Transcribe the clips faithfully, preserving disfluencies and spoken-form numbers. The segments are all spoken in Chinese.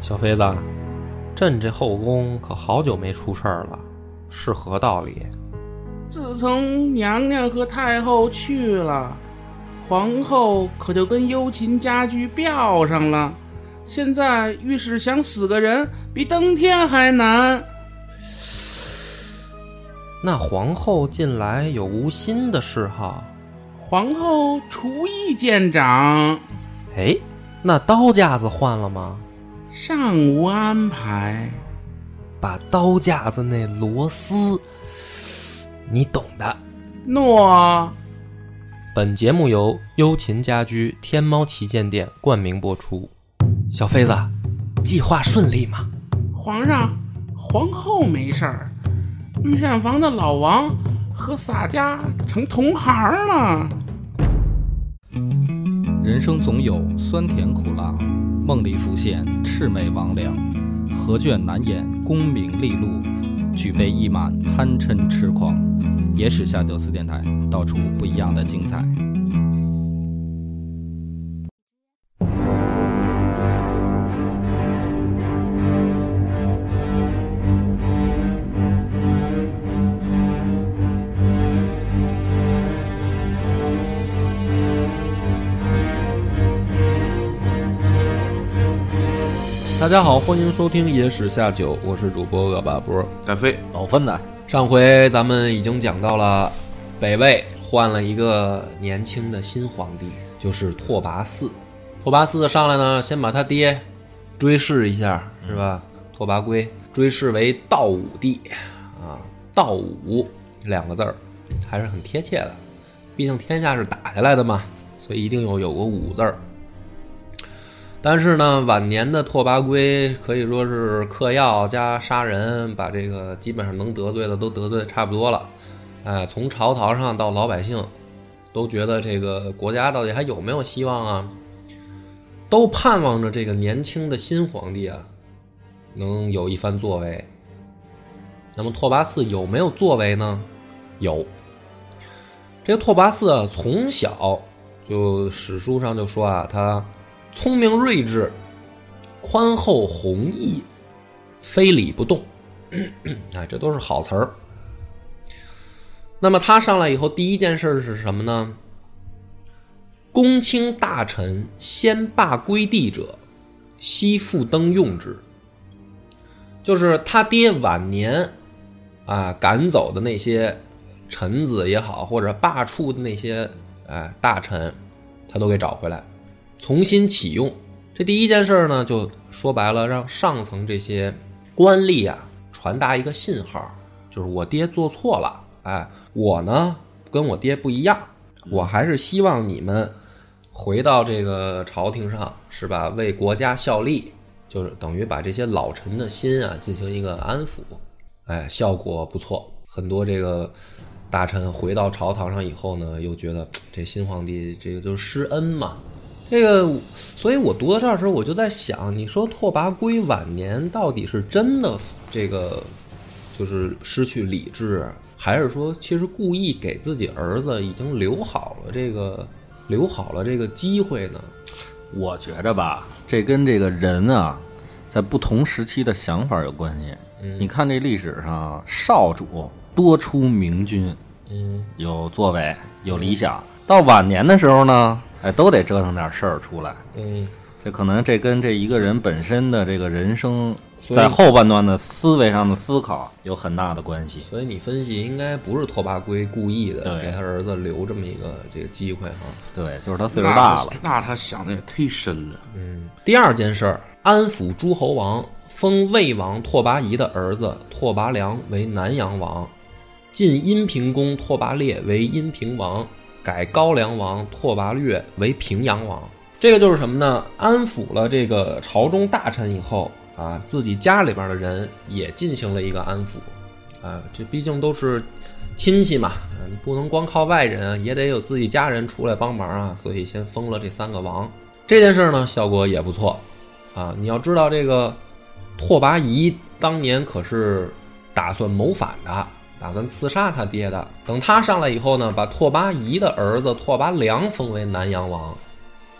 小妃子，朕这后宫可好久没出事儿了，是何道理？ 自从娘娘和太后去了，皇后可就跟幽禽家居飙上了，现在御史想死个人比登天还难。 那皇后近来有无新的嗜好？ 皇后厨艺见长。 哎，那刀架子换了吗？ 尚无安排。 把刀架子那螺丝，你懂的。 诺。 本节目由幽禽家居天猫旗舰店冠名播出。小妃子，计划顺利吗？ 皇上，皇后没事儿，御膳房的老王和洒家成同行了。 人生总有酸甜苦辣，梦里浮现魑魅魍魉，何卷难掩功名利禄，举杯一满贪嗔痴狂。野史下酒四电台，道出不一样的精彩。 大家好，欢迎收听野史下酒，我是主播恶霸波大飞老芬的。 上回咱们已经讲到了北魏换了一个年轻的新皇帝，就是拓跋嗣。拓跋嗣上来呢，先把他爹追谥一下，是吧？拓跋圭追谥为道武帝啊，道武两个字儿还是很贴切的，毕竟天下是打下来的嘛，所以一定有有个武字儿。但是呢，晚年的拓跋圭可以说是嗑药加杀人，把这个基本上能得罪的都得罪的差不多了。哎，从朝堂上到老百姓，都觉得这个国家到底还有没有希望啊？都盼望着这个年轻的新皇帝啊，能有一番作为。那么拓跋嗣有没有作为呢？有。这个拓跋嗣啊，从小就史书上就说啊，他聪明睿智，宽厚弘毅，非礼不动。哎，这都是好词儿。那么他上来以后，第一件事是什么呢？公卿大臣先罢归地者，悉复登用之。就是他爹晚年啊赶走的那些臣子也好，或者罢黜的那些哎大臣，他都给找回来。重新启用。这第一件事呢，就说白了，让上层这些官吏啊传达一个信号，就是我爹做错了，哎，我呢跟我爹不一样，我还是希望你们回到这个朝廷上，是吧？为国家效力，就是等于把这些老臣的心啊进行一个安抚，哎，效果不错。很多这个大臣回到朝堂上以后呢，又觉得这新皇帝这个就是施恩嘛。这个，所以我读到这儿的时候，我就在想，你说拓跋圭晚年到底是真的这个就是失去理智，还是说其实故意给自己儿子已经留好了这个留好了这个机会呢？ 我觉着吧，这跟这个人啊，在不同时期的想法有关系。嗯、你看这历史上，少主多出明君，嗯，有作为，有理想。嗯、到晚年的时候呢？哎，都得折腾点事儿出来。嗯，这可能这跟这一个人本身的这个人生在后半段的思维上的思考有很大的关系。 所以你分析应该不是拓跋圭故意的给他儿子留这么一个这个机会哈。 对，就是他岁数大了。 那, 那他想的也忒深了。 嗯。第二件事儿，安抚诸侯王，封魏王拓跋仪的儿子拓跋良为南阳王，晋阴平公拓跋烈为阴平王。改高梁王拓跋略为平阳王。这个就是什么呢？安抚了这个朝中大臣以后啊，自己家里边的人也进行了一个安抚啊，这毕竟都是亲戚嘛，啊，你不能光靠外人啊，也得有自己家人出来帮忙啊，所以先封了这三个王。这件事呢，效果也不错啊。你要知道，这个拓跋仪当年可是打算谋反的，打算刺杀他爹的。等他上来以后呢，把拓跋仪的儿子拓跋良封为南阳王，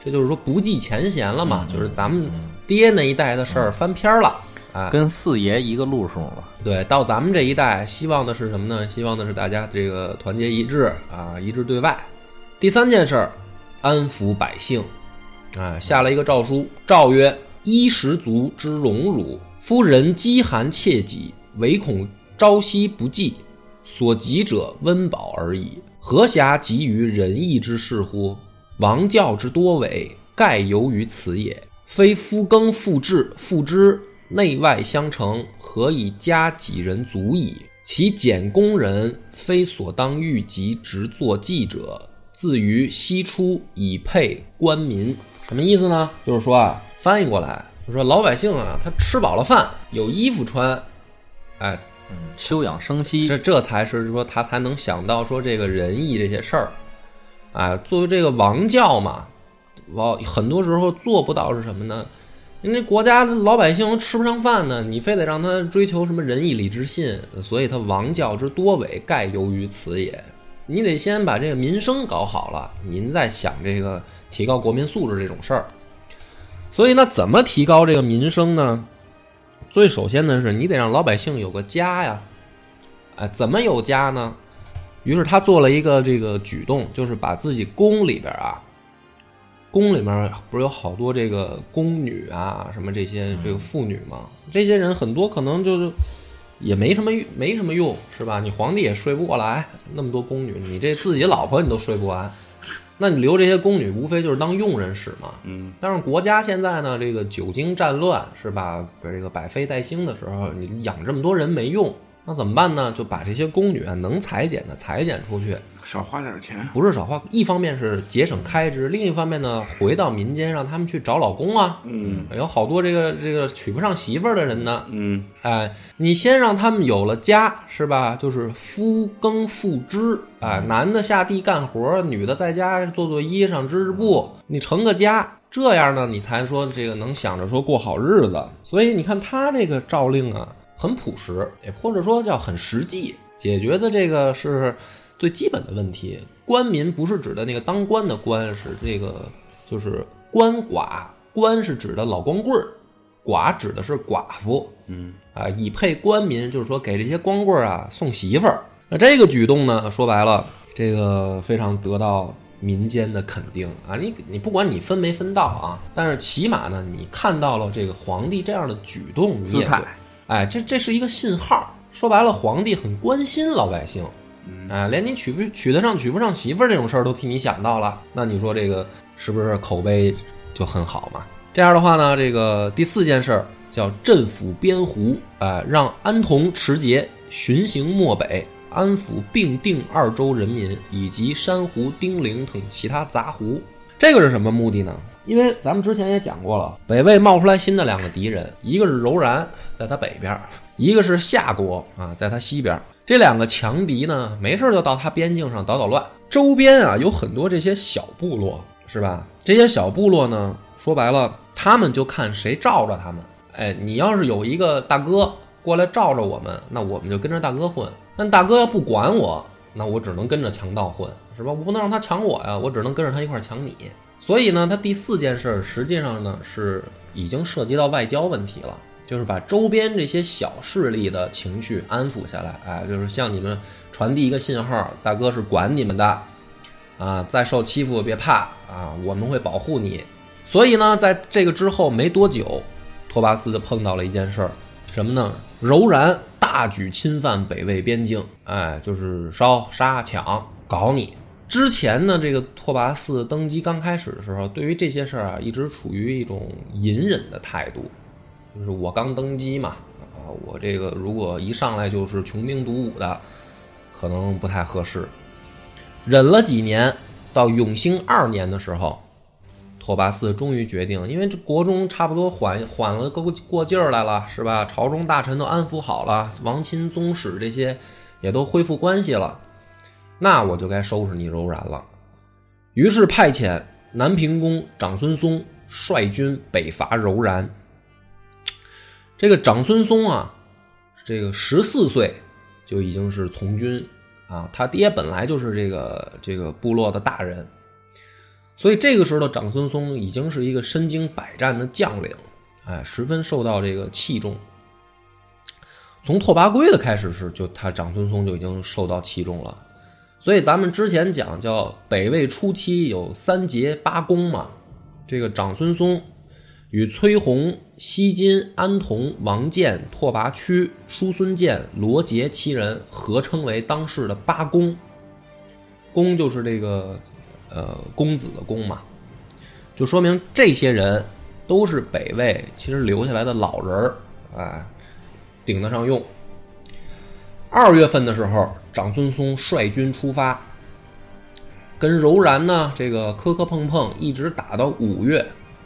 这就是说不计前嫌了嘛，嗯、就是咱们爹那一代的事儿翻篇了。啊， 跟四爷一个路数了。 对，到咱们这一代，希望的是什么呢？希望的是大家这个团结一致啊，一致对外。第三件事儿，安抚百姓，啊，下了一个诏书，诏曰：衣食足之荣辱，夫人饥寒切己，唯恐朝夕不济，所及者温饱而已，何暇急于仁义之事乎？王教之多伪，盖由于此也。非夫耕妇治妇之，内外相承，何以加己人足矣？其简工人，非所当欲及直作记者，自于西出以配官民。什么意思呢？就是说啊，翻译过来就说老百姓啊，他吃饱了饭，有衣服穿，哎， 嗯，休养生息， 这这才是说他才能想到说这个仁义这些事儿，哎，作为这个王教嘛，我很多时候做不到是什么呢？因为国家的老百姓吃不上饭呢，你非得让他追求什么仁义礼智信，所以他王教之多伪，盖由于此也。你得先把这个民生搞好了，您再想这个提高国民素质这种事儿。所以呢，怎么提高这个民生呢？最首先的是你得让老百姓有个家呀，哎，怎么有家呢？于是他做了一个这个举动，就是把自己宫里边啊。宫里面不是有好多这个宫女啊，什么这些这个妇女吗？这些人很多可能就是也没什么没什么用，是吧？你皇帝也睡不过来，那么多宫女，你这自己老婆你都睡不完，那你留这些宫女无非就是当佣人使嘛。嗯。但是国家现在呢，这个久经战乱，是吧？这个百废待兴的时候，你养这么多人没用。那怎么办呢？就把这些宫女啊能裁减的裁减出去， 少花点钱。 不是少花，一方面是节省开支，另一方面呢，回到民间让他们去找老公啊。嗯，有好多这个这个娶不上媳妇儿的人呢。嗯，哎，你先让他们有了家，是吧？就是夫耕妇织，哎，男的下地干活，女的在家做做衣裳、织织布，你成个家。这样呢，你才说这个能想着说过好日子。所以你看他这个诏令啊。很朴实，也或者说叫很实际，解决的这个是最基本的问题。官民不是指的那个当官的官，是这个就是鳏寡，官是指的老光棍儿，寡指的是寡妇。嗯啊，以配官民，就是说给这些光棍啊送媳妇儿。那这个举动呢，说白了，这个非常得到民间的肯定啊。你你不管你分没分到啊，但是起码呢，你看到了这个皇帝这样的举动， 姿态。 哎，这这是一个信号。说白了，皇帝很关心老百姓，哎，连你娶不娶得上娶不上媳妇儿这种事儿都替你想到了，那你说这个是不是口碑就很好嘛？这样的话呢，这个第四件事叫镇抚边胡，哎，让安童持节巡行漠北，安抚并定二州人民以及珊瑚、丁零等其他杂胡。这个是什么目的呢？因为咱们之前也讲过了，北魏冒出来新的两个敌人，一个是柔然，在他北边，一个是夏国啊，在他西边。这两个强敌呢，没事就到他边境上捣捣乱。周边啊有很多这些小部落，是吧？这些小部落呢，说白了，他们就看谁罩着他们。哎，你要是有一个大哥过来罩着我们，那我们就跟着大哥混。那大哥要不管我，那我只能跟着强盗混，是吧？我不能让他抢我呀，我只能跟着他一块抢你。所以呢，他第四件事实际上呢是已经涉及到外交问题了，就是把周边这些小势力的情绪安抚下来。哎，就是向你们传递一个信号，大哥是管你们的啊，再受欺负别怕啊，我们会保护你。所以呢，在这个之后没多久，拓跋斯就碰到了一件事儿，什么呢？柔然大举侵犯北魏边境，哎，就是烧杀抢搞你。之前呢，这个拓跋斯登基刚开始的时候，对于这些事儿啊，一直处于一种隐忍的态度，就是我刚登基嘛，啊，我这个如果一上来就是穷兵黩武的，可能不太合适。忍了几年，到永兴二年的时候，拓跋斯终于决定，因为这国中差不多缓缓了过过劲儿来了，是吧？朝中大臣都安抚好了，王亲宗室这些也都恢复关系了。那我就该收拾你柔然了。于是派遣南平公长孙嵩率军北伐柔然。这个长孙嵩啊，这个十四岁就已经是从军啊，他爹本来就是这个这个部落的大人， 所以这个时候的长孙松已经是一个身经百战的将领，哎，十分受到这个器重。从拓跋圭的开始是，就他长孙松就已经受到器重了。所以咱们之前讲叫北魏初期有三杰八公嘛，这个长孙松与崔洪、西金、安童、王建、拓跋屈、叔孙建、罗杰七人合称为当世的八公。公就是这个呃公子的公嘛，就说明这些人都是北魏其实留下来的老人，哎，顶得上用。二月份的时候，长孙松率军出发，跟柔然呢这个磕磕碰碰，一直打到五月，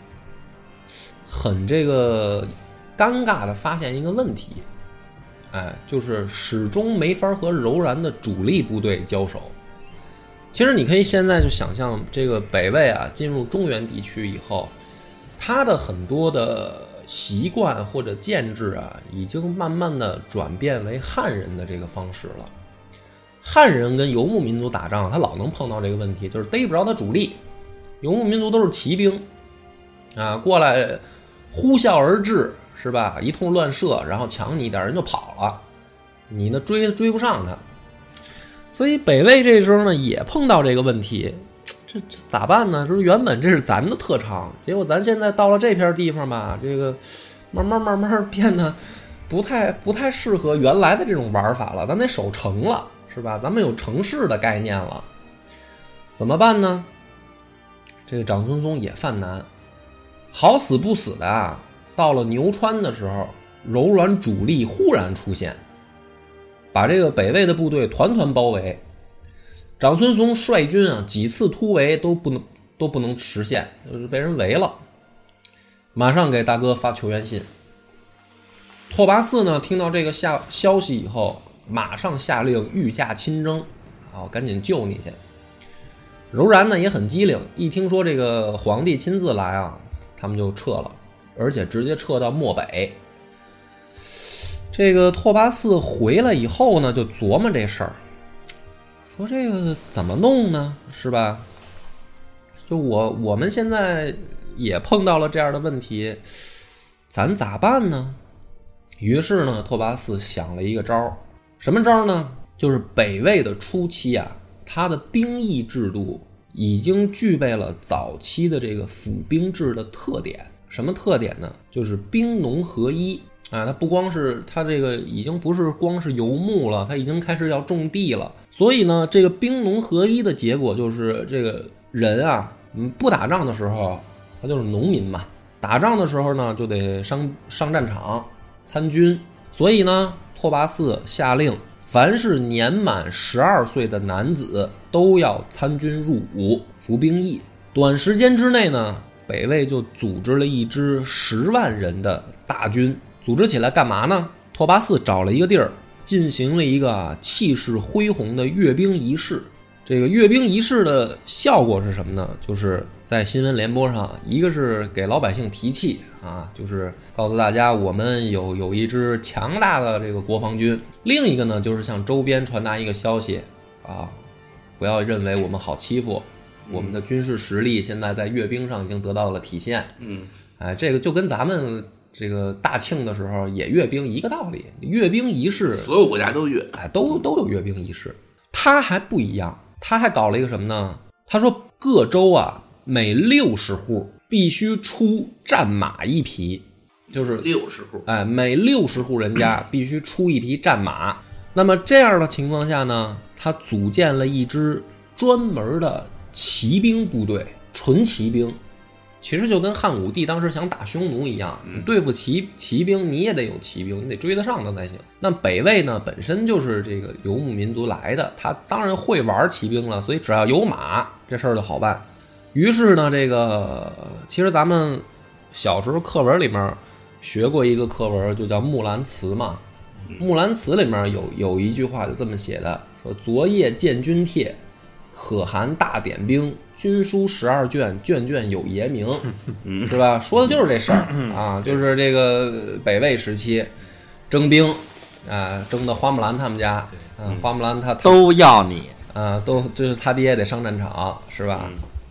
很这个尴尬的发现一个问题，哎，就是始终没法和柔然的主力部队交手。其实你可以现在就想象，这个北魏啊进入中原地区以后，他的很多的习惯或者建制啊，已经慢慢的转变为汉人的这个方式了。汉人跟游牧民族打仗，他老能碰到这个问题，就是逮不着他主力。游牧民族都是骑兵啊，过来呼啸而至，是吧？一通乱射，然后抢你一点人就跑了，你呢追追不上他。所以北魏这时候呢也碰到这个问题，这这咋办呢？就是原本这是咱们的特长，结果咱现在到了这片地方吧，这个慢慢慢慢变得不太不太适合原来的这种玩法了，咱得守城了，是吧？咱们有城市的概念了，怎么办呢？这个长孙松也犯难，好死不死的啊，到了牛川的时候，柔然主力忽然出现，把这个北魏的部队团团包围。长孙松率军啊几次突围都不能都不能实现，就是被人围了，马上给大哥发求援信。拓跋嗣呢听到这个下消息以后，马上下令御驾亲征，啊，赶紧救你去。柔然呢也很机灵，一听说这个皇帝亲自来啊，他们就撤了，而且直接撤到漠北。这个拓跋嗣回来以后呢，就琢磨这事儿，说这个怎么弄呢，是吧？就我我们现在也碰到了这样的问题，咱咋办呢？于是呢，拓跋嗣想了一个招，什么招呢？就是北魏的初期啊，它的兵役制度已经具备了早期的这个府兵制的特点。什么特点呢？就是兵农合一啊，它不光是它这个已经不是光是游牧了，它已经开始要种地了。所以呢，这个兵农合一的结果就是这个人啊，嗯，不打仗的时候他就是农民嘛，打仗的时候呢就得上上战场参军。所以呢，拓跋嗣下令，凡是年满十二岁的男子都要参军入伍，服兵役。短时间之内呢，北魏就组织了一支十万人的大军。组织起来干嘛呢？拓跋嗣找了一个地儿，进行了一个气势恢宏的阅兵仪式。这个阅兵仪式的效果是什么呢？就是在新闻联播上，一个是给老百姓提气啊，就是告诉大家我们有有一支强大的这个国防军；另一个呢，就是向周边传达一个消息啊，不要认为我们好欺负，我们的军事实力现在在阅兵上已经得到了体现。嗯，哎，这个就跟咱们这个大庆的时候也阅兵一个道理，阅兵仪式所有国家都阅， 哎，都都有阅兵仪式。他还不一样，他还搞了一个什么呢？他说各州啊，每六十户必须出战马一匹，就是六十户， 哎，每六十户人家必须出一匹战马。那么这样的情况下呢，他组建了一支专门的骑兵部队，纯骑兵。其实就跟汉武帝当时想打匈奴一样，你对付骑骑兵，你也得有骑兵，你得追得上他才行。那北魏呢，本身就是这个游牧民族来的，他当然会玩骑兵了，所以只要有马，这事儿就好办。于是呢，这个其实咱们小时候课文里面学过一个课文，就叫《木兰辞》嘛。《木兰辞》里面有有一句话就这么写的，说昨夜见军帖，可汗大点兵，军书十二卷，卷卷有爷名，是吧？说的就是这事儿啊，就是这个北魏时期征兵啊，征到花木兰他们家，啊，花木兰他都要你啊，都就是他爹得上战场，是吧？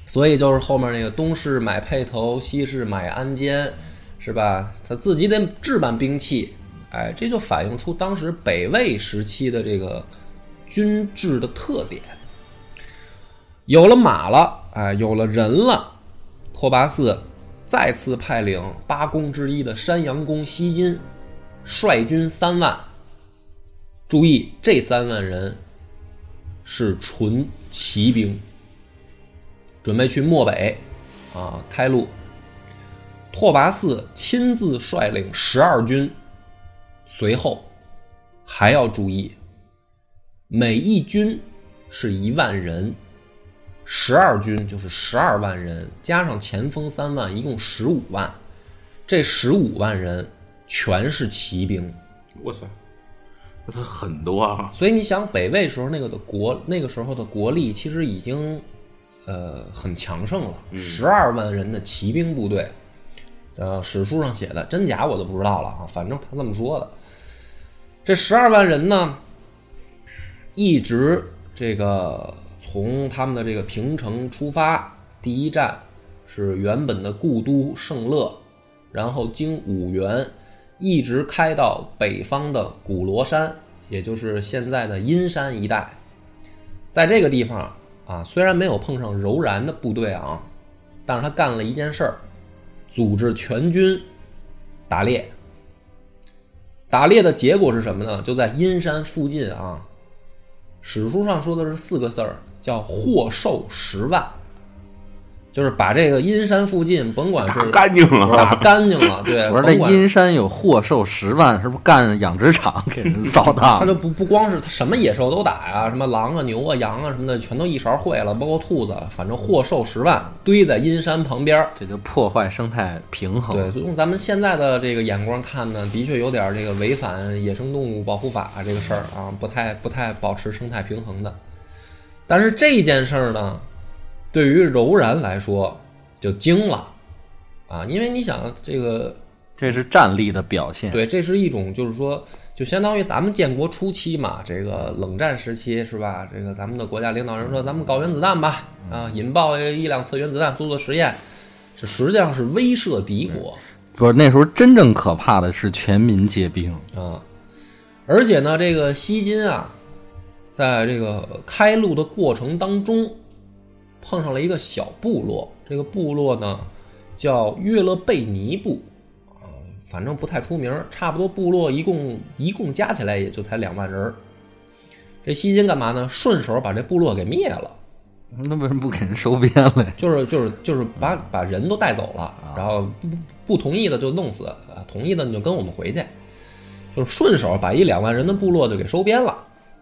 所以就是后面那个东市买辔头，西市买鞍鞯，是吧？他自己得置办兵器，哎，这就反映出当时北魏时期的这个军制的特点。有了马了，哎，有了人了，拓跋嗣再次派领八公之一的山阳公西金，率军三万。注意，这三万人是纯骑兵，准备去漠北啊开路。拓跋嗣亲自率领十二军，随后还要注意，每一军是一万人，十二军就是十二万人，加上前锋三万，一共十五万。这十五万人全是骑兵。 哇塞，那他很多啊！ 所以你想，北魏时候那个的国，那个时候的国力其实已经呃很强盛了，十二万人的骑兵部队。呃，史书上写的，真假我都不知道了啊，反正他这么说的。这十二万人呢，一直这个从他们的这个平城出发，第一站是原本的故都圣乐，然后经五原，一直开到北方的古罗山，也就是现在的阴山一带。在这个地方啊，虽然没有碰上柔然的部队啊，但是他干了一件事儿。组织全军打猎，打猎的结果是什么呢？就在阴山附近啊，史书上说的是四个字儿，叫获兽十万，就是把这个阴山附近甭管是打干净了， 打干净了。对， 我说这阴山有获兽十万，是不是干养殖场给人扫荡？ 他就不不光是他什么野兽都打呀，什么狼啊、牛啊、羊啊什么的，全都一勺烩了，包括兔子，反正获兽十万堆在阴山旁边， 这就破坏生态平衡。 对，所以用咱们现在的这个眼光看呢，的确有点这个违反野生动物保护法这个事儿啊，不太不太保持生态平衡的。但是这件事儿呢，对于柔然来说就惊了啊，因为你想这个。 这是战力的表现。 对，这是一种就是说就相当于咱们建国初期嘛，这个冷战时期是吧，这个咱们的国家领导人说咱们搞原子弹吧，啊，引爆一两次原子弹做做实验，这实际上是威慑敌国。 不是，那时候真正可怕的是全民皆兵啊，而且呢这个西金啊在这个开路的过程当中碰上了一个小部落，这个部落呢叫约勒贝尼部，反正不太出名，差不多部落一共一共加起来也就才两万人。这西金干嘛呢？顺手把这部落给灭了。 那为什么不给人收编了？ 就是就是就是把把人都带走了，然后不不同意的就弄死，同意的你就跟我们回去，就是顺手把一两万人的部落就给收编了。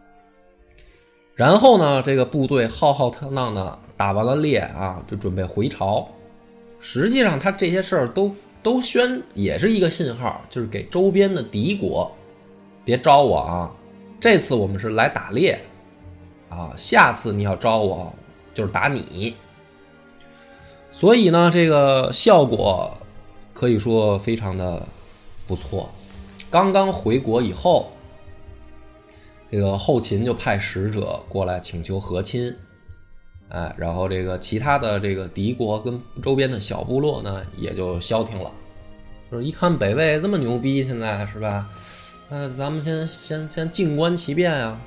然后呢，这个部队浩浩荡荡的打完了猎啊，就准备回朝。实际上他这些事儿都。都宣也是一个信号，就是给周边的敌国别招我啊，这次我们是来打猎啊，下次你要招我就是打你。所以呢这个效果可以说非常的不错。刚刚回国以后，这个后秦就派使者过来请求和亲，哎，然后这个其他的这个敌国跟周边的小部落呢，也就消停了。就是一看北魏这么牛逼，现在是吧？那咱们先先先静观其变啊。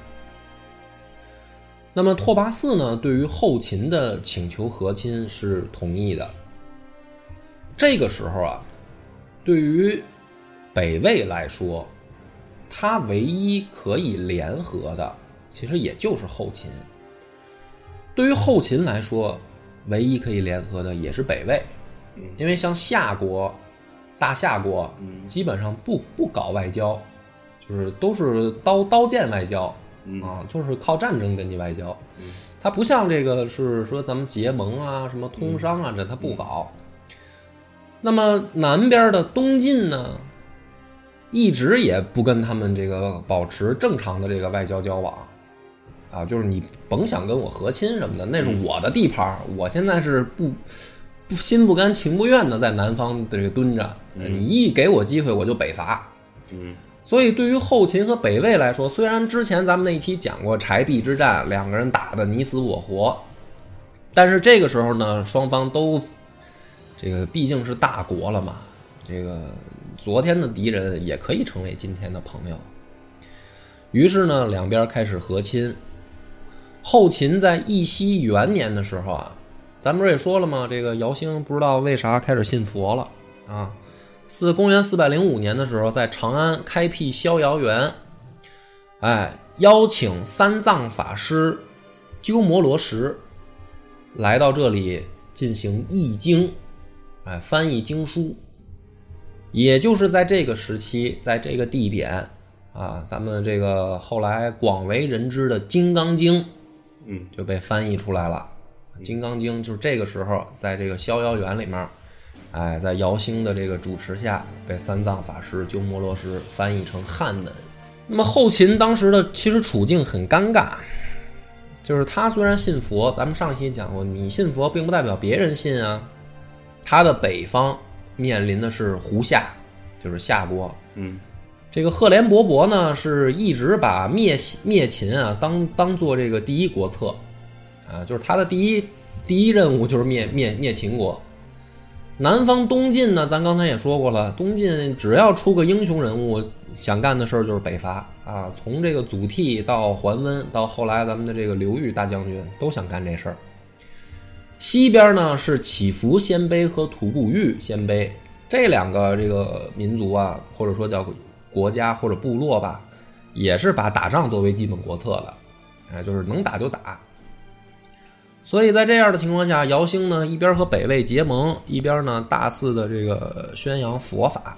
那么拓跋嗣呢，对于后秦的请求和亲是同意的。这个时候啊，对于北魏来说，他唯一可以联合的，其实也就是后秦。对于后秦来说，唯一可以联合的也是北魏，因为像夏国、大夏国基本上不不搞外交，就是都是刀刀剑外交啊，就是靠战争跟你外交。它不像这个是说咱们结盟啊、什么通商啊，这它不搞。那么南边的东晋呢，一直也不跟他们这个保持正常的这个外交交往。啊，就是你甭想跟我和亲什么的，那是我的地盘，我现在是不不心不甘情不愿的在南方这个蹲着，你一给我机会我就北伐。 嗯， 所以对于后秦和北魏来说，虽然之前咱们那一期讲过柴壁之战，两个人打的你死我活， 但是这个时候呢，双方都这个毕竟是大国了嘛，这个昨天的敌人也可以成为今天的朋友。于是呢，两边开始和亲。后秦在义熙元年的时候啊，咱们不是也说了吗？这个姚兴不知道为啥开始信佛了啊。四公元四百零五年的时候，在长安开辟逍遥园，哎，邀请三藏法师鸠摩罗什来到这里进行译经，哎，翻译经书。也就是在这个时期，在这个地点啊，咱们这个后来广为人知的《金刚经》， 嗯， 就被翻译出来了。《金刚经》就是这个时候在这个逍遥园里面，哎，在姚兴的这个主持下，被三藏法师鸠摩罗什翻译成汉文。那么后秦当时的其实处境很尴尬，就是他虽然信佛，咱们上期讲过，你信佛并不代表别人信啊。他的北方面临的是胡夏，就是夏国。 嗯， 这个赫连勃勃呢，是一直把灭灭秦啊当当做这个第一国策啊，就是他的第一第一任务就是灭灭灭秦国。南方东晋呢，咱刚才也说过了，东晋只要出个英雄人物，想干的事儿就是北伐啊，从这个祖逖到桓温，到后来咱们的这个刘裕大将军，都想干这事儿。西边呢是乞伏鲜卑和吐谷玉鲜卑这两个这个民族啊，或者说叫国家或者部落吧，也是把打仗作为基本国策的，哎，就是能打就打。所以在这样的情况下，姚兴呢一边和北魏结盟，一边呢大肆的这个宣扬佛法。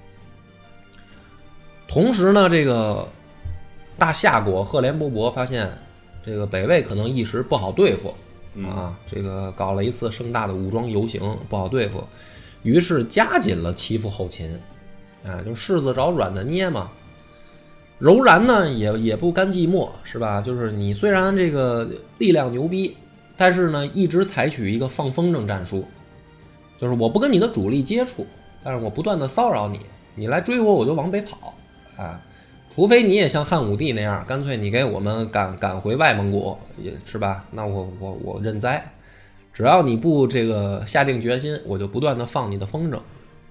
同时呢，这个大夏国赫连勃勃发现这个北魏可能一时不好对付啊，这个搞了一次盛大的武装游行，不好对付，于是加紧了欺负后秦，啊，就柿子找软的捏嘛。柔然呢也也不甘寂寞，是吧？就是你虽然这个力量牛逼，但是呢一直采取一个放风筝战术，就是我不跟你的主力接触，但是我不断的骚扰你，你来追我我就往北跑，啊，除非你也像汉武帝那样，干脆你给我们赶赶回外蒙古，也是吧？那我我我认栽，只要你不这个下定决心，我就不断的放你的风筝。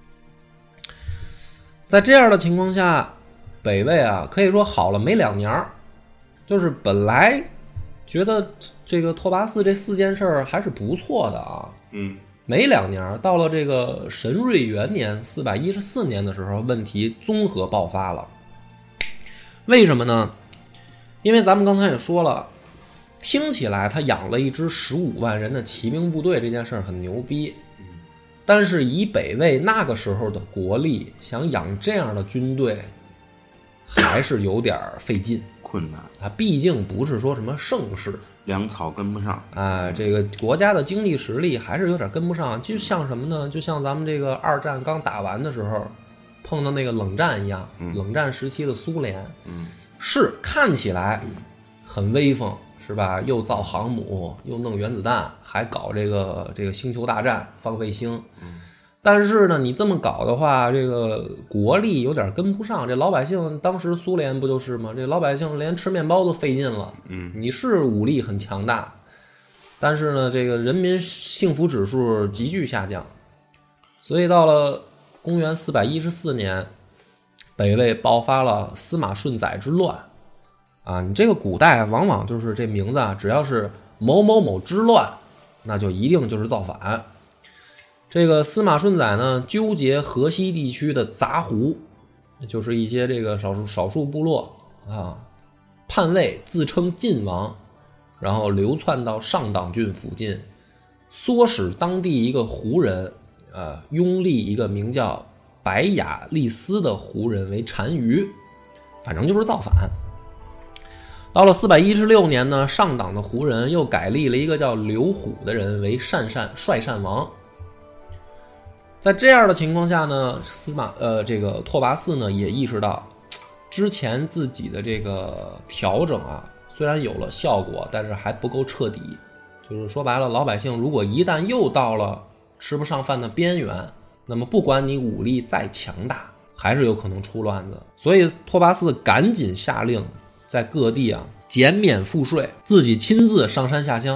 在这样的情况下，北魏啊可以说好了没两年，就是本来觉得这个拓跋嗣这四件事儿还是不错的啊， 嗯， 没两年，到了这个神瑞元年四百一十四年的时候，问题综合爆发了。为什么呢？因为咱们刚才也说了，听起来他养了一支十五万人的骑兵部队这件事儿很牛逼，但是以北魏那个时候的国力，想养这样的军队还是有点费劲， 困难啊，毕竟不是说什么盛世， 粮草跟不上啊，这个国家的经济实力还是有点跟不上。就像什么呢？就像咱们这个二战刚打完的时候碰到那个冷战一样， 嗯、 冷战时期的苏联， 嗯， 是看起来很威风，是吧？又造航母，又弄原子弹，还搞这个这个星球大战，放卫星。 嗯， 但是呢，你这么搞的话，这个国力有点跟不上。这老百姓当时苏联不就是吗？这老百姓连吃面包都费劲了。 嗯， 你是武力很强大，但是呢，这个人民幸福指数急剧下降。所以到了公元四百一十四年，北魏爆发了司马顺载之乱。啊，你这个古代往往就是这名字啊，只要是某某某之乱，那就一定就是造反。这个司马顺载呢，纠结河西地区的杂胡，就是一些这个少数少数部落啊，叛魏，自称晋王，然后流窜到上党郡附近，唆使当地一个胡人，呃，拥立一个名叫白雅利斯的胡人为单于，反正就是造反。到了四百一十六年呢，上党的胡人又改立了一个叫刘虎的人为善善帅善王。在这样的情况下呢，司马呃这个拓跋嗣呢也意识到，之前自己的这个调整啊，虽然有了效果，但是还不够彻底。就是说白了，老百姓如果一旦又到了吃不上饭的边缘，那么不管你武力再强大，还是有可能出乱子。所以拓跋嗣赶紧下令，在各地啊减免赋税，自己亲自上山下乡，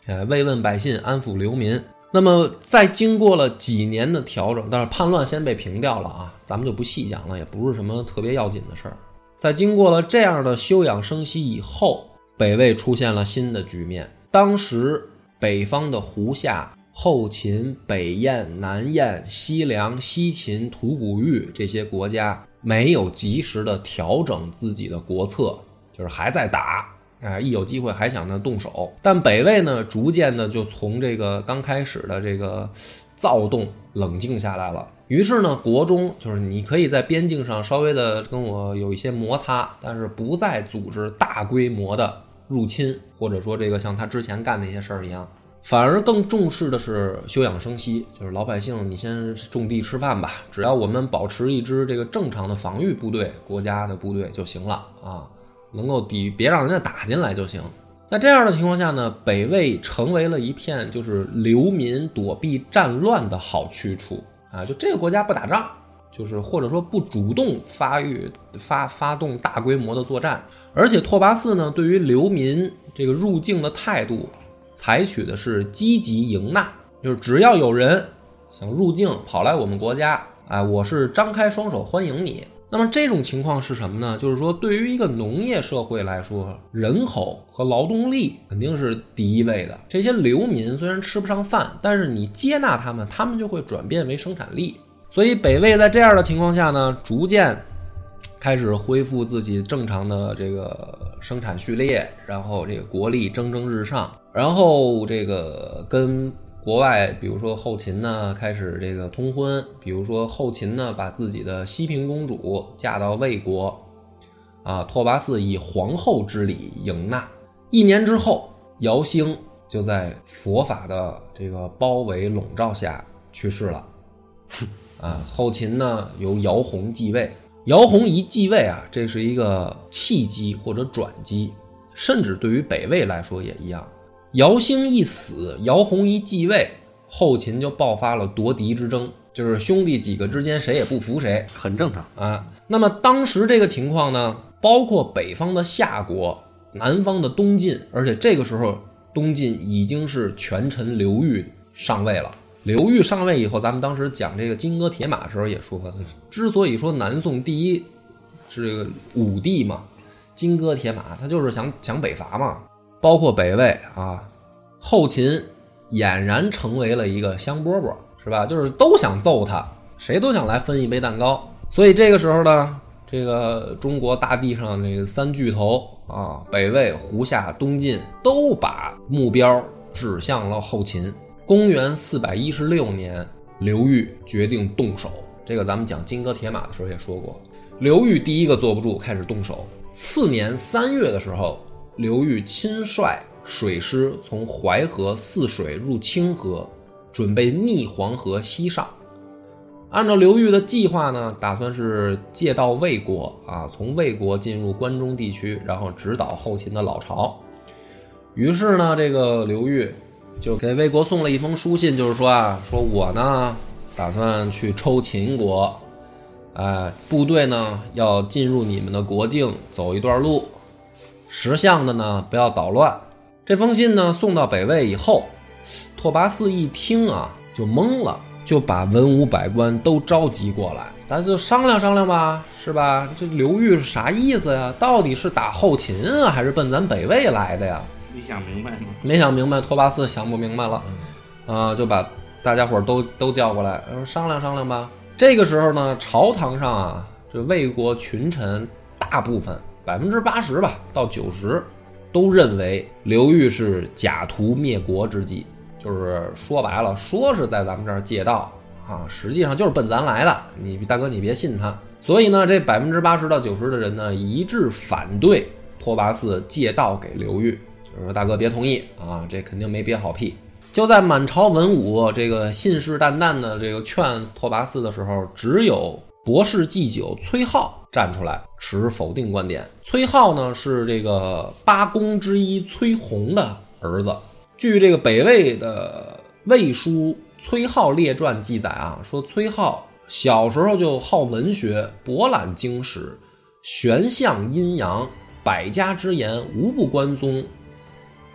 哎，慰问百姓，安抚流民。那么在经过了几年的调整，但是叛乱先被平掉了啊，咱们就不细讲了，也不是什么特别要紧的事儿。在经过了这样的休养生息以后，北魏出现了新的局面。当时北方的胡夏、后秦、北燕、南燕、西凉、西秦、吐谷豫这些国家没有及时的调整自己的国策，就是还在打，哎，一有机会还想着动手。但北魏呢，逐渐的就从这个刚开始的这个躁动冷静下来了。于是呢，国中就是你可以在边境上稍微的跟我有一些摩擦，但是不再组织大规模的入侵，或者说这个像他之前干的一些事儿一样，反而更重视的是休养生息，就是老百姓你先种地吃饭吧，只要我们保持一支这个正常的防御部队，国家的部队就行了啊，能够抵别让人家打进来就行。在这样的情况下呢，北魏成为了一片就是流民躲避战乱的好去处啊，就这个国家不打仗，就是或者说不主动发育发发动大规模的作战。而且拓跋嗣呢，对于流民这个入境的态度采取的是积极迎纳，就是只要有人想入境跑来我们国家，哎，我是张开双手欢迎你。那么这种情况是什么呢？就是说对于一个农业社会来说，人口和劳动力肯定是第一位的。这些流民虽然吃不上饭，但是你接纳他们，他们就会转变为生产力。所以北魏在这样的情况下呢，逐渐开始恢复自己正常的这个生产序列，然后这个国力蒸蒸日上，然后这个跟国外比如说后秦呢开始这个通婚，比如说后秦呢把自己的西平公主嫁到魏国啊，拓跋嗣以皇后之礼迎纳。一年之后，姚兴就在佛法的这个包围笼罩下去世了啊，后秦呢由姚泓继位。姚泓一继位啊，这是一个契机或者转机，甚至对于北魏来说也一样。姚兴一死，姚泓一继位，后秦就爆发了夺嫡之争，就是兄弟几个之间谁也不服谁， 很正常啊。那么当时这个情况呢，包括北方的夏国，南方的东晋，而且这个时候东晋已经是权臣刘裕上位了。刘裕上位以后，咱们当时讲这个金戈铁马的时候也说，之所以说南宋第一是这个武帝嘛，金戈铁马，他就是想想北伐嘛。包括北魏啊，后秦俨然成为了一个香饽饽，是吧？就是都想揍他，谁都想来分一杯蛋糕。所以这个时候呢，这个中国大地上这个三巨头啊，北魏、胡夏、东晋，都把目标指向了后秦。公元四百一十六年，刘裕决定动手。这个咱们讲金戈铁马的时候也说过，刘裕第一个坐不住，开始动手。次年三月的时候，刘裕亲率水师从淮河泗水入清河，准备逆黄河西上。按照刘裕的计划呢，打算是借道魏国啊，从魏国进入关中地区，然后直捣后秦的老巢。于是呢，这个刘裕就给魏国送了一封书信，就是说啊，说我呢打算去抽秦国，哎，部队呢要进入你们的国境，走一段路。识相的呢不要捣乱。这封信呢送到北魏以后，拓跋嗣一听啊就懵了，就把文武百官都召集过来，咱就商量商量吧，是吧？这刘裕是啥意思呀？到底是打后秦啊，还是奔咱北魏来的呀？ 没想明白吗？ 没想明白，拓跋嗣想不明白了，啊、呃，就把大家伙都都叫过来，商量商量吧。这个时候呢，朝堂上啊，这魏国群臣大部分。百分之八十吧，到九十，都认为刘裕是假图灭国之计，就是说白了，说是在咱们这儿借道啊，实际上就是奔咱来的。你大哥，你别信他。所以呢，这百分之八十到九十的人呢，一致反对拓跋嗣借道给刘裕，就是说大哥别同意啊，这肯定没憋好屁。就在满朝文武这个信誓旦旦的这个劝拓跋嗣的时候，只有博士祭酒崔颢站出来持否定观点。崔颢呢是这个八公之一崔洪的儿子。据这个北魏的魏书崔颢列传记载啊，说崔颢小时候就好文学，博览经史，玄象阴阳，百家之言无不关宗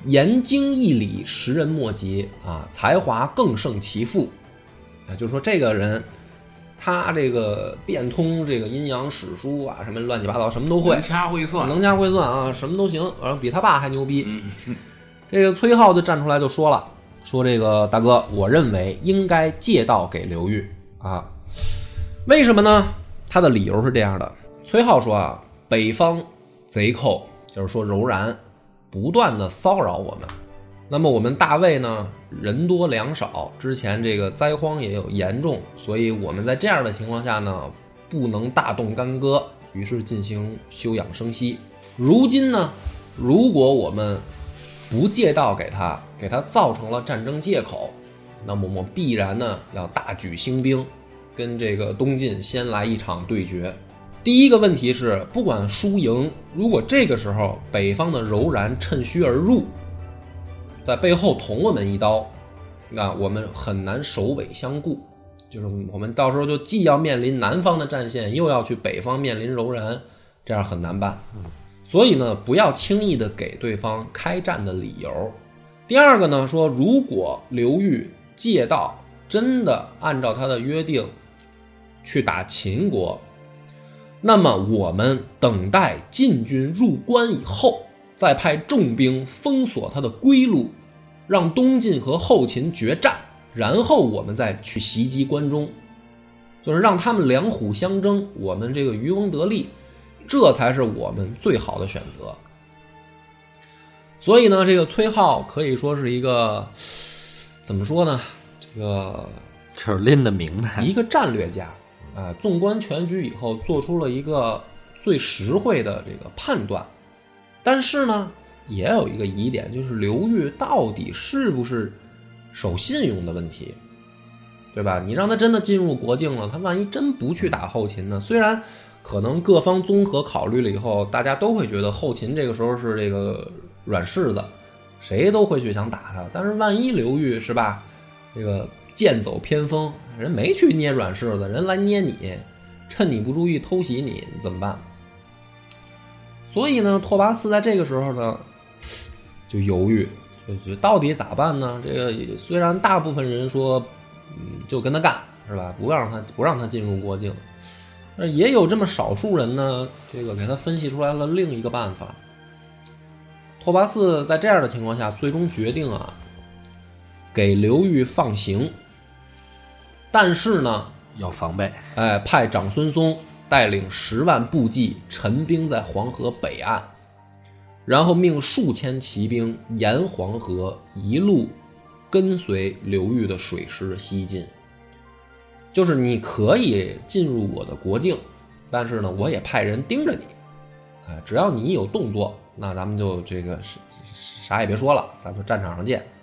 言经义理，识人莫及啊，才华更胜其父啊，就是说这个人他这个变通这个阴阳史书啊，什么乱七八糟什么都会， 能掐会算， 能掐会算啊，什么都行，然后比他爸还牛逼。嗯、这个崔浩就站出来就说了，说这个大哥，我认为应该借道给刘裕啊，为什么呢？他的理由是这样的，崔浩说啊，北方贼寇就是说柔然不断的骚扰我们，那么我们大魏呢人多粮少，之前这个灾荒也有严重，所以我们在这样的情况下呢不能大动干戈，于是进行休养生息。如今呢，如果我们不借道给他，给他造成了战争借口，那么我们必然呢要大举兴兵，跟这个东晋先来一场对决。第一个问题是，不管输赢，如果这个时候北方的柔然趁虚而入，在背后捅我们一刀，那我们很难首尾相顾，就是我们到时候就既要面临南方的战线，又要去北方面临柔然，这样很难办。所以呢，不要轻易的给对方开战的理由。第二个呢，说如果刘裕借道真的按照他的约定去打秦国，那么我们等待晋军入关以后，再派重兵封锁他的归路，让东晋和后秦决战，然后我们再去袭击关中，就是让他们两虎相争，我们这个渔翁得利，这才是我们最好的选择。所以呢，这个崔浩可以说是一个怎么说呢，这个就是拎得明白， 一个战略家啊，纵观全局以后做出了一个最实惠的这个判断。但是呢也有一个疑点，就是刘裕到底是不是守信用的问题，对吧？你让他真的进入国境了，他万一真不去打后秦呢？虽然可能各方综合考虑了以后，大家都会觉得后秦这个时候是这个软柿子，谁都会去想打他，但是万一刘裕是吧，这个剑走偏锋，人没去捏软柿子，人来捏你，趁你不注意偷袭你，你怎么办？所以呢，拓跋嗣在这个时候呢就犹豫，就就到底咋办呢？这个虽然大部分人说，嗯，就跟他干是吧，不让他不让他进入国境，但是也有这么少数人呢，这个给他分析出来了另一个办法。拓跋嗣在这样的情况下，最终决定啊，给刘裕放行，但是呢要防备， 哎，派长孙松带领十万部骑陈兵在黄河北岸，然后命数千骑兵沿黄河一路跟随刘裕的水师西进。就是你可以进入我的国境，但是呢我也派人盯着你，哎，只要你有动作，那咱们就这个啥也别说了，咱就战场上见。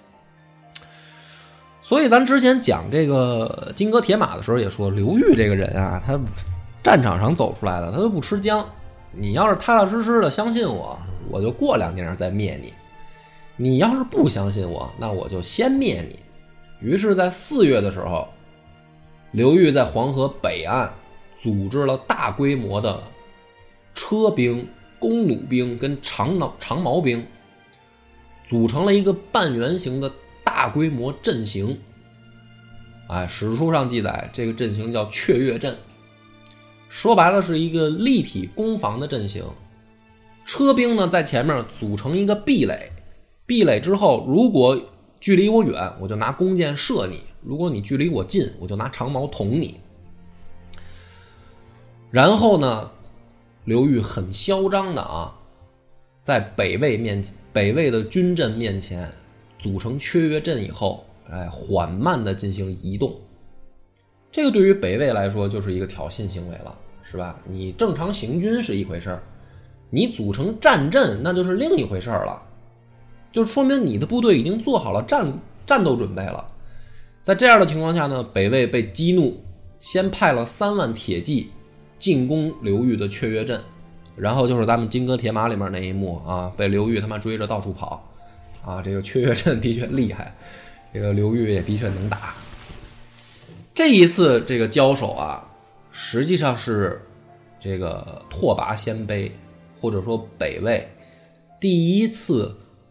所以咱之前讲这个金戈铁马的时候也说，刘裕这个人啊，他战场上走出来的，他都不吃姜。你要是踏踏实实的相信我，我就过两年再灭你；你要是不相信我，那我就先灭你。于是在四月的时候，刘裕在黄河北岸组织了大规模的车兵、弓弩兵跟长矛长矛兵，组成了一个半圆形的大规模阵型。哎，史书上记载，这个阵型叫雀跃阵，说白了是一个立体攻防的阵型。车兵呢在前面组成一个壁垒，壁垒之后，如果距离我远，我就拿弓箭射你；如果你距离我近，我就拿长矛捅你。然后呢，刘裕很嚣张的啊，在北魏面北魏的军阵面前组成雀跃阵以后，哎，缓慢的进行移动。这个对于北魏来说就是一个挑衅行为了，是吧？你正常行军是一回事儿，你组成战阵那就是另一回事儿了，就说明你的部队已经做好了战战斗准备了。在这样的情况下呢，北魏被激怒，先派了三万铁骑进攻刘裕的雀跃阵，然后就是咱们金戈铁马里面那一幕啊，被刘裕他妈追着到处跑啊，这个雀跃阵的确厉害，这个刘裕也的确能打。这一次这个交手啊，实际上是这个拓跋鲜卑或者说北魏第一次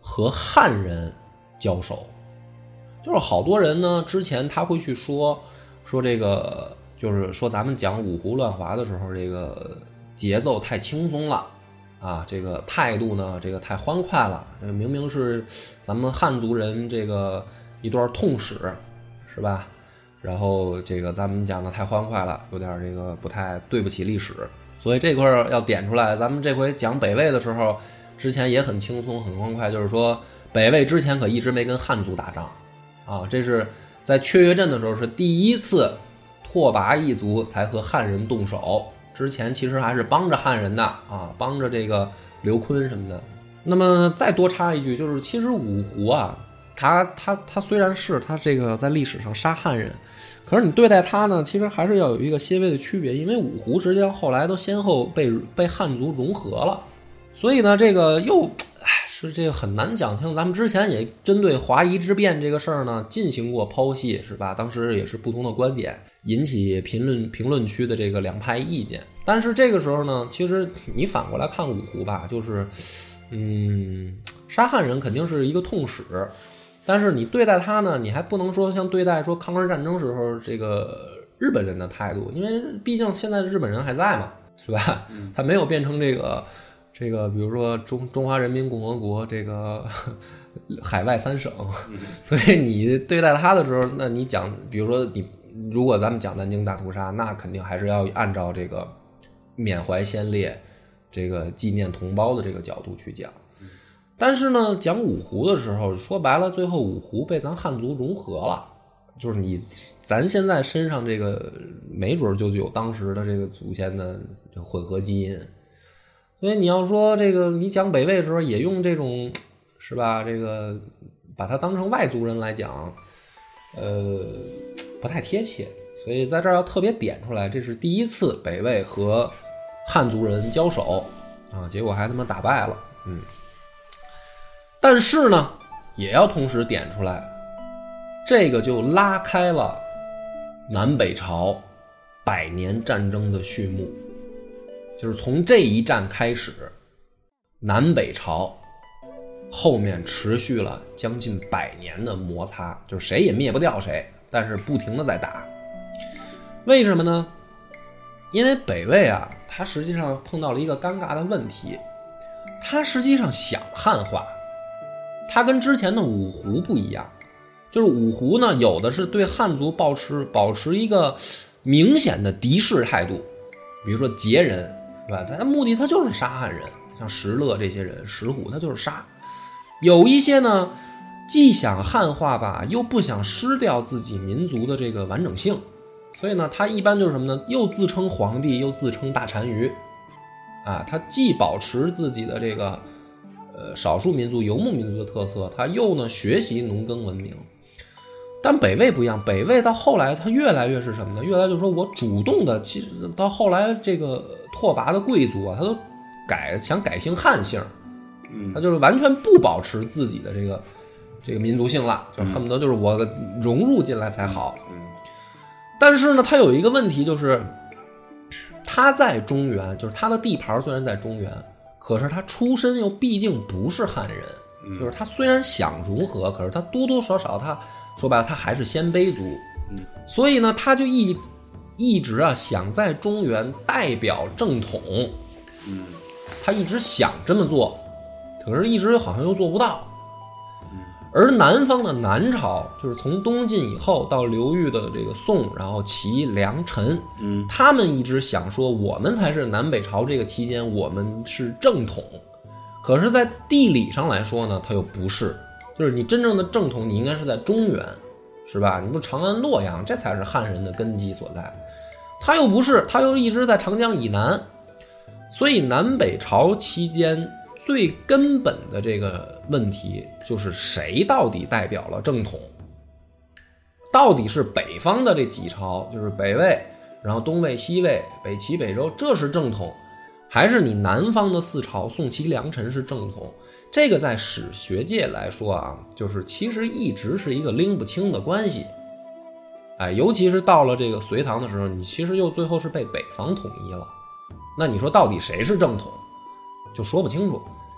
和汉人交手。就是好多人呢，之前他会去说说这个，就是说咱们讲五胡乱华的时候，这个节奏太轻松了啊，这个态度呢，这个太欢快了，这明明是咱们汉族人这个一段痛史，是吧？然后这个咱们讲的太欢快了，有点这个不太对不起历史，所以这块要点出来。咱们这回讲北魏的时候，之前也很轻松很欢快，就是说北魏之前可一直没跟汉族打仗啊，这是在雀跃镇的时候是第一次拓跋一族才和汉人动手，之前其实还是帮着汉人的啊，帮着这个刘琨什么的。那么再多插一句，就是其实五胡啊，他他他虽然是他这个在历史上杀汉人，可是你对待他呢，其实还是要有一个些微的区别，因为五胡实际上后来都先后被被汉族融合了，所以呢，这个又哎是这个很难讲清。咱们之前也针对华夷之变这个事儿呢进行过剖析，是吧？当时也是不同的观点，引起评论评论区的这个两派意见。但是这个时候呢，其实你反过来看五胡吧，就是嗯，杀汉人肯定是一个痛史。但是你对待他呢，你还不能说像对待说抗日战争时候这个日本人的态度，因为毕竟现在日本人还在嘛，是吧？他没有变成这个这个，比如说中中华人民共和国这个海外三省，所以你对待他的时候，那你讲，比如说你如果咱们讲南京大屠杀，那肯定还是要按照这个缅怀先烈、这个纪念同胞的这个角度去讲。但是呢，讲五胡的时候，说白了，最后五胡被咱汉族融合了，就是你咱现在身上这个没准就有当时的这个祖先的混合基因，所以你要说这个你讲北魏的时候也用这种是吧？这个把它当成外族人来讲，呃，不太贴切，所以在这儿要特别点出来，这是第一次北魏和汉族人交手啊，结果还他妈打败了，嗯。但是呢，也要同时点出来，这个就拉开了南北朝百年战争的序幕。就是从这一战开始，南北朝后面持续了将近百年的摩擦，就是谁也灭不掉谁，但是不停的在打。为什么呢？因为北魏啊，他实际上碰到了一个尴尬的问题，他实际上想汉化，他跟之前的五胡不一样，就是五胡呢，有的是对汉族保持保持一个明显的敌视态度，比如说羯人，是吧？他的目的他就是杀汉人，像石勒这些人，石虎他就是杀。有一些呢，既想汉化吧，又不想失掉自己民族的这个完整性，所以呢，他一般就是什么呢？又自称皇帝，又自称大单于，啊，他既保持自己的这个。呃，少数民族、游牧民族的特色，他又呢学习农耕文明。但北魏不一样，北魏到后来他越来越是什么呢？越来就是说我主动的，其实到后来这个拓跋的贵族啊，他都改想改姓汉姓，他就是完全不保持自己的这个这个民族性了，就恨不得就是我融入进来才好。但是呢，他有一个问题，就是他在中原，就是他的地盘虽然在中原。可是他出身又毕竟不是汉人，就是他虽然想融合，可是他多多少少他说白了他还是鲜卑族，所以呢他就一一直啊想在中原代表正统，他一直想这么做，可是一直好像又做不到。而南方的南朝，就是从东晋以后到刘裕的这个宋，然后齐、梁、陈，嗯，他们一直想说，我们才是南北朝这个期间，我们是正统。可是，在地理上来说呢，它又不是，就是你真正的正统，你应该是在中原，是吧？你不长安、洛阳，这才是汉人的根基所在。他又不是，他又一直在长江以南，所以南北朝期间。最根本的这个问题就是谁到底代表了正统？到底是北方的这几朝，就是北魏，然后东魏、西魏、北齐、北周，这是正统，还是你南方的四朝宋齐梁陈是正统？这个在史学界来说啊，就是其实一直是一个拎不清的关系。哎，尤其是到了这个隋唐的时候，你其实又最后是被北方统一了。那你说到底谁是正统？就说不清楚。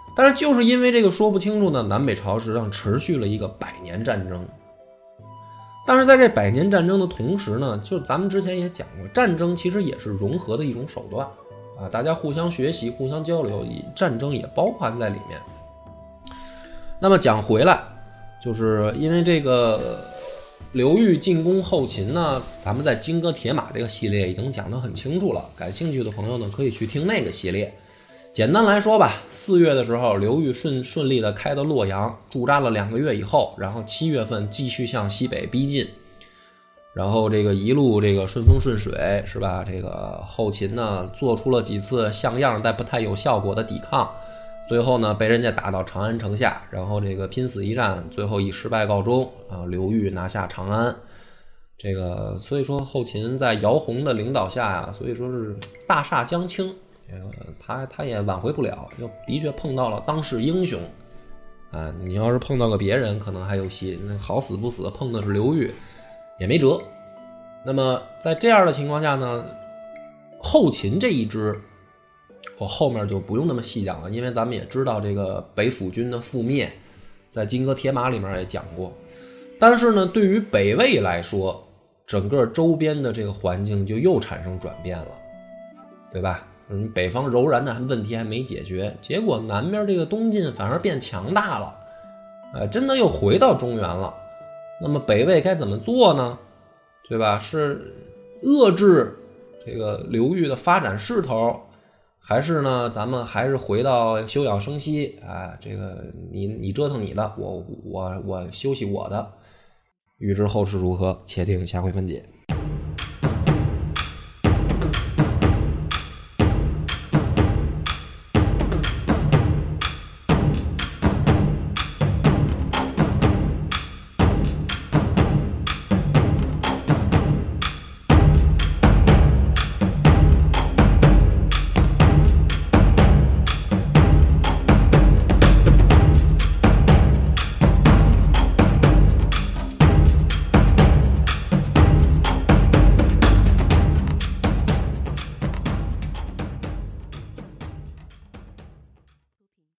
但是就是因为这个说不清楚呢，南北朝实际上持续了一个百年战争。但是在这百年战争的同时呢，就咱们之前也讲过，战争其实也是融合的一种手段啊，大家互相学习、互相交流，战争也包含在里面。那么讲回来，就是因为这个刘裕进攻后秦呢，咱们在金戈铁马这个系列已经讲得很清楚了，感兴趣的朋友呢可以去听那个系列。简单来说吧，四月的时候，刘裕顺顺利的开到洛阳，驻扎了两个月以后，然后七月份继续向西北逼近，然后这个一路这个顺风顺水，是吧？这个后秦呢做出了几次像样但不太有效果的抵抗，最后呢被人家打到长安城下，然后这个拼死一战，最后以失败告终啊，刘裕拿下长安。这个所以说后秦在姚泓的领导下呀，所以说是大厦将倾。这个他他也挽回不了，就的确碰到了当世英雄啊！你要是碰到个别人，可能还有戏，那好死不死碰的是刘裕，也没辙。那么在这样的情况下呢，后秦这一支，我后面就不用那么细讲了，因为咱们也知道这个北府军的覆灭，在金戈铁马里面也讲过。但是呢，对于北魏来说，整个周边的这个环境就又产生转变了，对吧？嗯，北方柔然的问题还没解决，结果南边这个东晋反而变强大了，呃，真的又回到中原了。那么北魏该怎么做呢？对吧？是遏制这个刘裕的发展势头，还是呢，咱们还是回到休养生息啊？这个你你折腾你的，我我我休息我的。欲知后事如何，且听下回分解。